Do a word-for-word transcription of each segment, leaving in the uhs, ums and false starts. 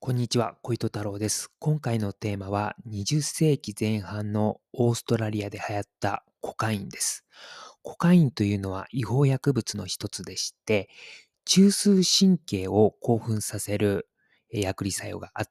こんにちは、小糸太郎です。今回のテーマはにじゅっせいきぜん半のオーストラリアで流行ったコカインです。コカインというのは違法薬物の一つでして、中枢神経を興奮させるえー薬理作用があって、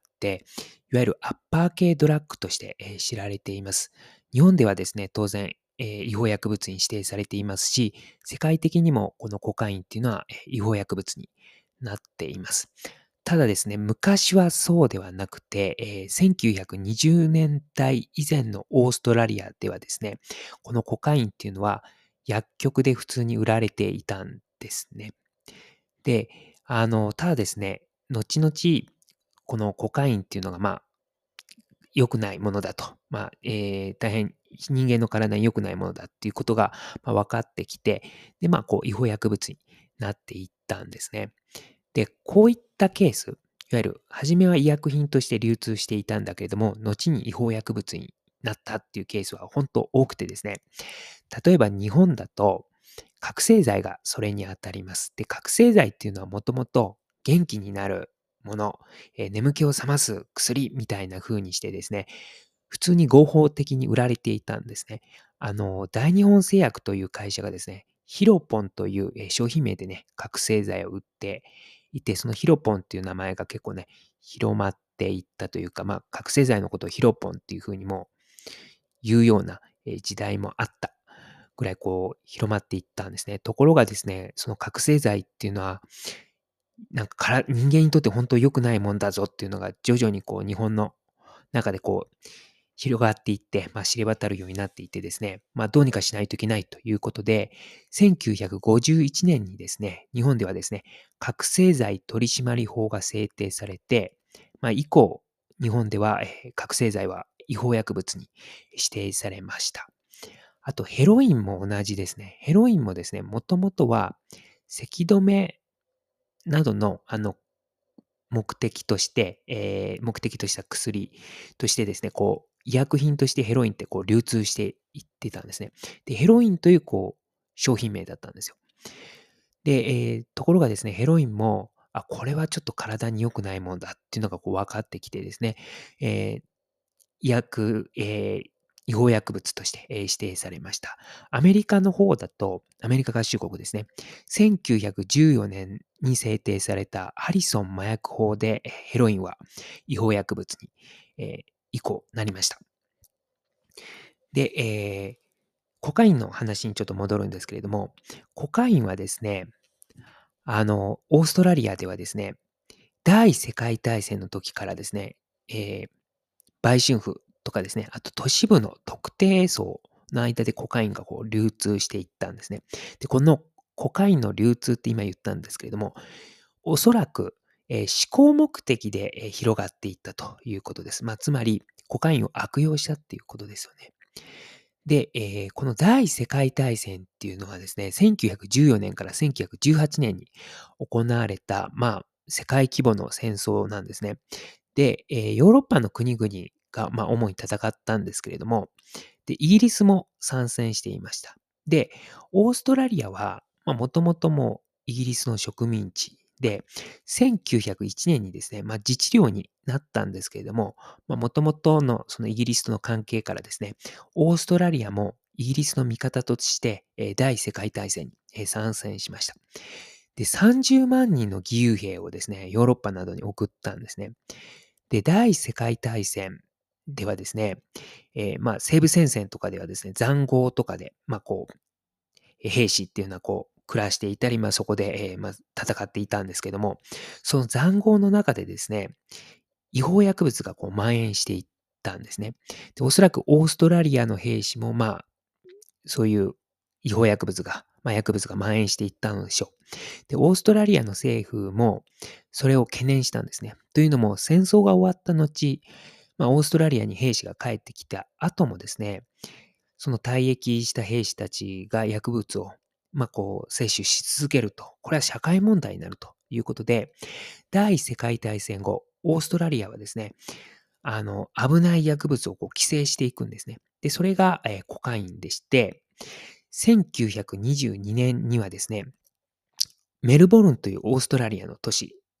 いわゆるアッパー系ドラッグとしてえー知られています。日本ではですね、当然、えー違法薬物に指定されていますし、世界的にもこのコカインっていうのはえー違法薬物になっています。ただですね、昔はそうではなくて、えーせんきゅうひゃくにじゅうねんだい以前のオーストラリアではですね、このコカインっていうのは薬局で普通に売られていたんですね。で、あの、ただですね、後々、このコカインっていうのが、まあ、良くないものだと。まあ、えー大変人間の体に良くないものだっていうことが、まあ、分かってきて、で、まあ、こう、違法薬物になっていったんですね。で、こういったケース、いわゆる初めは医薬品として流通していたんだけれども、後に違法薬物になったっていうケースは本当多くてですね、例えば日本だと覚醒剤がそれにあたります。で、覚醒剤っていうのはもともと元気になるもの、えー眠気を覚ます薬みたいな風にしてですね、普通に合法的に売られていたんですね。あの、大日本製薬という会社がですね、ヒロポンというえー商品名でね、覚醒剤を売っていて、そのヒロポンっていう名前が結構ね、広まっていったというか、まあ、覚醒剤のことをヒロポンっていう風にも言うようなえー時代もあったぐらいこう広まっていったんですね。ところがですね、その覚醒剤っていうのは、なんかから人間にとって本当良くないもんだぞっていうのが徐々にこう日本の中でこう広がっていって、まあ、知れ渡るようになっていってですね、まあ、どうにかしないといけないということで、せんきゅうひゃくごじゅういちねんにですね、日本ではですね、覚醒剤取締法が制定されて、まあ、以降、日本ではえー覚醒剤は違法薬物に指定されました。あと、ヘロインも同じですね。ヘロインもですね、もともとは、咳止めなどの、あの、目的として、えー目的とした薬としてですね、こう、医薬品としてヘロインってこう流通していってたんですね。で、ヘロインというこう、商品名だったんですよ。で、えーところがですね、ヘロインも、あ、これはちょっと体に良くないもんだっていうのがこう分かってきてですね、えー医薬、えー違法薬物として、えー指定されました。アメリカの方だと、アメリカ合衆国ですね、せんきゅうひゃくじゅうよねんに制定されたハリソン麻薬法でえーヘロインは違法薬物に、えー以降なりました。で、えーコカインの話にちょっと戻るんですけれども、コカインはですね、あの、オーストラリアではですね、第一世界大戦の時からですね、えー売春婦とかですね、あと都市部の特定層の間でコカインがこう流通していったんですね。で、このコカインの流通って今言ったんですけれども、おそらく、えー思考目的で、えー広がっていったということです。まあ、つまり、コカインを悪用したっていうことですよね。で、えーこの第一世界大戦っていうのはですね、せんきゅうひゃくじゅうよねんからせんきゅうひゃくじゅうはちねんに行われた、まあ、世界規模の戦争なんですね。で、えーヨーロッパの国々が、まあ、主に戦ったんですけれども、で、イギリスも参戦していました。で、オーストラリアは、まあ、もともともうイギリスの植民地で、せんきゅうひゃくいちねんにですね、まあ、自治領になったんですけれども、まあ、もともとのそのイギリスとの関係からですね、オーストラリアもイギリスの味方として、えー第一世界大戦にえー参戦しました。で、さんじゅうまん人の義勇兵をですね、ヨーロッパなどに送ったんですね。で、第一世界大戦ではですね、えーまあ、西部戦線とかではですね、塹壕とかで、まあ、こう、え兵士っていうのはこう、暮らしていたり、まあ、そこで、えーまあ、戦っていたんですけども、その塹壕の中でですね、違法薬物がこう蔓延していったんですね。で、おそらくオーストラリアの兵士も、まあ、そういう違法薬物が、まあ、薬物が蔓延していったのでしょう。で、オーストラリアの政府もそれを懸念したんですね。というのも、戦争が終わった後、まあ、オーストラリアに兵士が帰ってきた後もですね、その退役した兵士たちが薬物を、まあ、こう、摂取し続けると、これは社会問題になるということで、第一次世界大戦後、オーストラリアはですね、あの、危ない薬物をこう規制していくんですね。で、それが、えーコカインでして、せんきゅうひゃくにじゅうにねんにはですね、メルボルンというオーストラリアの都市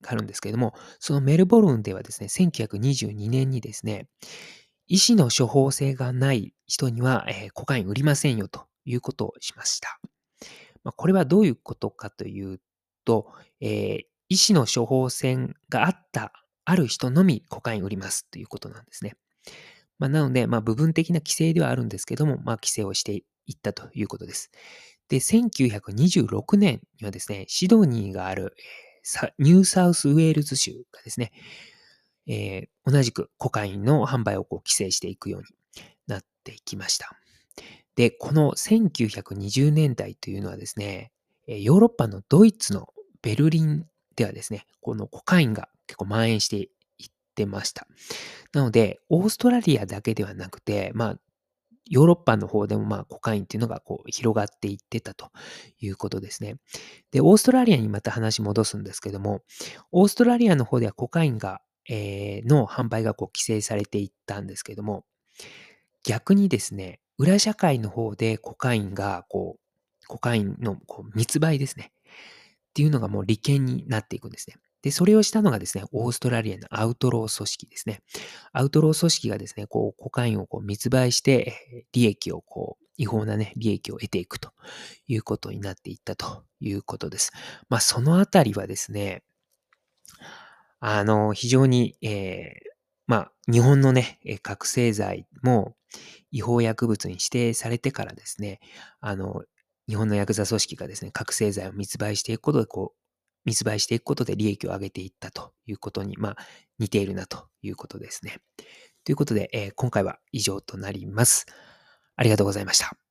があるんですけれども、そのメルボルンではですね、せんきゅうひゃくにじゅうにねんにですね、医師の処方箋がない人には、えーコカイン売りませんよということをしました。まあ、これはどういうことかというと、えー医師の処方箋があった、ある人のみコカイン売りますということなんですね。まあ、なので、まあ、部分的な規制ではあるんですけども、まあ、規制をしていったということです。で、せんきゅうひゃくにじゅうろくねんにはですね、シドニーがある、えーさニューサウスウェールズ州がですね、えー同じくコカインの販売をこう規制していくようになっていきました。で、このせんきゅうひゃくにじゅうねんだいというのはですね、えーヨーロッパのドイツのベルリンではですね、このコカインが結構蔓延していってました。なので、オーストラリアだけではなくて、まあ、ヨーロッパの方でもまあコカインっていうのがこう広がっていってたということですね。で、オーストラリアにまた話戻すんですけども、オーストラリアの方ではコカインが、えーの販売がこう規制されていったんですけども、逆にですね、裏社会の方でコカインがこう、コカインのこう密売ですね。っていうのがもう利権になっていくんですね。で、それをしたのがですね、オーストラリアのアウトロー組織ですね。アウトロー組織がですね、こう、コカインをこう密売して、えー利益をこう、違法なね、利益を得ていくということになっていったということです。まあ、そのあたりはですね、あの、非常に、えーまあ、日本のね、えー覚醒剤も違法薬物に指定されてからですね、あの、日本のヤクザ組織がですね、覚醒剤を密売していくことで、こう、密売していくことで利益を上げていったということに、まあ、似ているなということですね。ということで、えー今回は以上となります。ありがとうございました。